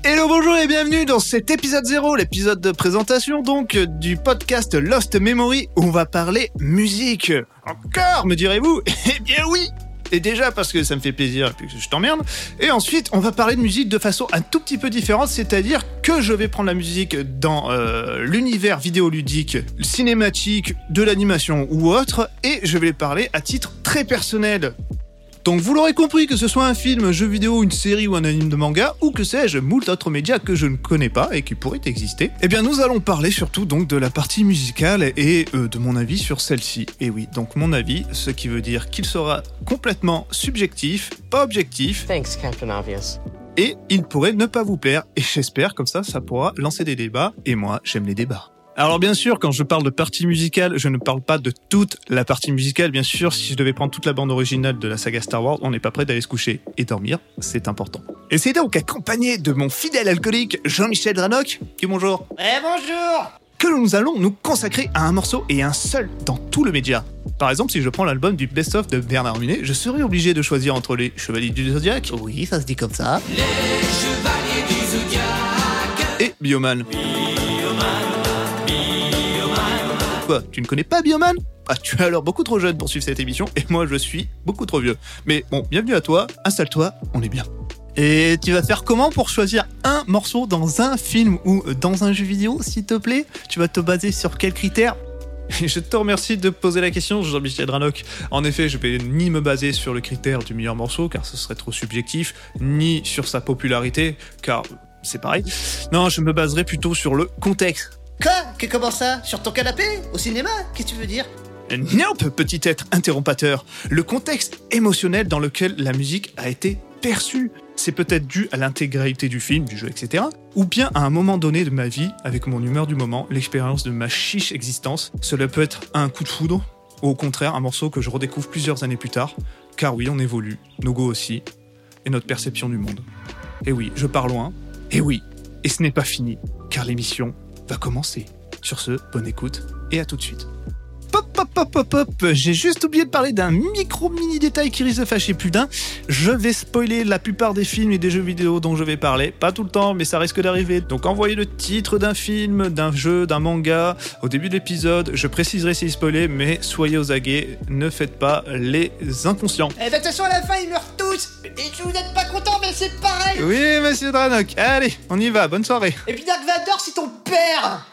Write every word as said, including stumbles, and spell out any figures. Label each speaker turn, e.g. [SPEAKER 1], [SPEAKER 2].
[SPEAKER 1] Hello, bonjour et bienvenue dans cet épisode zéro, l'épisode de présentation donc du podcast Lost Memory où on va parler musique. Encore, me direz-vous? Eh bien oui. Et déjà parce que ça me fait plaisir et puis que je t'emmerde. Et ensuite, on va parler de musique de façon un tout petit peu différente, c'est-à-dire que je vais prendre la musique dans euh, l'univers vidéoludique, cinématique, de l'animation ou autre, et je vais parler à titre très personnel. Donc vous l'aurez compris, que ce soit un film, jeu vidéo, une série ou un anime de manga, ou que sais-je, moult autres médias que je ne connais pas et qui pourraient exister, eh bien nous allons parler surtout donc de la partie musicale et euh, de mon avis sur celle-ci. Et oui, donc mon avis, ce qui veut dire qu'il sera complètement subjectif, pas objectif.
[SPEAKER 2] Thanks, Captain Obvious.
[SPEAKER 1] Et il pourrait ne pas vous plaire, et j'espère comme ça, ça pourra lancer des débats, et moi j'aime les débats. Alors bien sûr, quand je parle de partie musicale, je ne parle pas de toute la partie musicale. Bien sûr, si je devais prendre toute la bande originale de la saga Star Wars, on n'est pas prêt d'aller se coucher et dormir, c'est important. Et c'est donc accompagné de mon fidèle alcoolique Jean-Michel Dranoc, qui bonjour.
[SPEAKER 3] Eh bonjour.
[SPEAKER 1] Que nous allons nous consacrer à un morceau et un seul dans tout le média. Par exemple, si je prends l'album du Best of de Bernard Minet, je serais obligé de choisir entre les Chevaliers du Zodiac.
[SPEAKER 3] Oui, ça se dit comme ça.
[SPEAKER 4] Les Chevaliers du Zodiac.
[SPEAKER 1] Et Bioman.
[SPEAKER 4] Bioman.
[SPEAKER 1] Quoi, tu ne connais pas Bioman? Ah, tu es alors beaucoup trop jeune pour suivre cette émission, et moi je suis beaucoup trop vieux. Mais bon, bienvenue à toi, installe-toi, on est bien. Et tu vas faire comment pour choisir un morceau dans un film ou dans un jeu vidéo, s'il te plaît? Tu vas te baser sur quels critères? Je te remercie de poser la question, Jean-Michel Dranoc. En effet, je vais ni me baser sur le critère du meilleur morceau, car ce serait trop subjectif, ni sur sa popularité, car c'est pareil. Non, je me baserai plutôt sur le contexte.
[SPEAKER 3] Quoi? Que comment ça? Sur ton canapé? Au cinéma? Qu'est-ce que tu veux dire?
[SPEAKER 1] Nope, petit être interrompateur. Le contexte émotionnel dans lequel la musique a été perçue. C'est peut-être dû à l'intégralité du film, du jeu, et cetera. Ou bien à un moment donné de ma vie, avec mon humeur du moment, l'expérience de ma chiche existence. Cela peut être un coup de foudre, ou au contraire un morceau que je redécouvre plusieurs années plus tard. Car oui, on évolue, nos goûts aussi, et notre perception du monde. Et oui, je pars loin. Et oui, et ce n'est pas fini, car l'émission va commencer. Sur ce, bonne écoute et à tout de suite. Pop, pop, pop, pop, pop, j'ai juste oublié de parler d'un micro-mini détail qui risque de fâcher plus d'un. Je vais spoiler la plupart des films et des jeux vidéo dont je vais parler. Pas tout le temps, mais ça risque d'arriver. Donc envoyez le titre d'un film, d'un jeu, d'un manga au début de l'épisode. Je préciserai si spoilé, mais soyez aux aguets, ne faites pas les inconscients.
[SPEAKER 3] Eh ben attention, à la fin, ils meurent tous. Et si vous n'êtes pas content, mais c'est pareil.
[SPEAKER 1] Oui, monsieur Dranoc. Allez, on y va, bonne soirée.
[SPEAKER 3] Et puis Dark Vador, c'est ton père.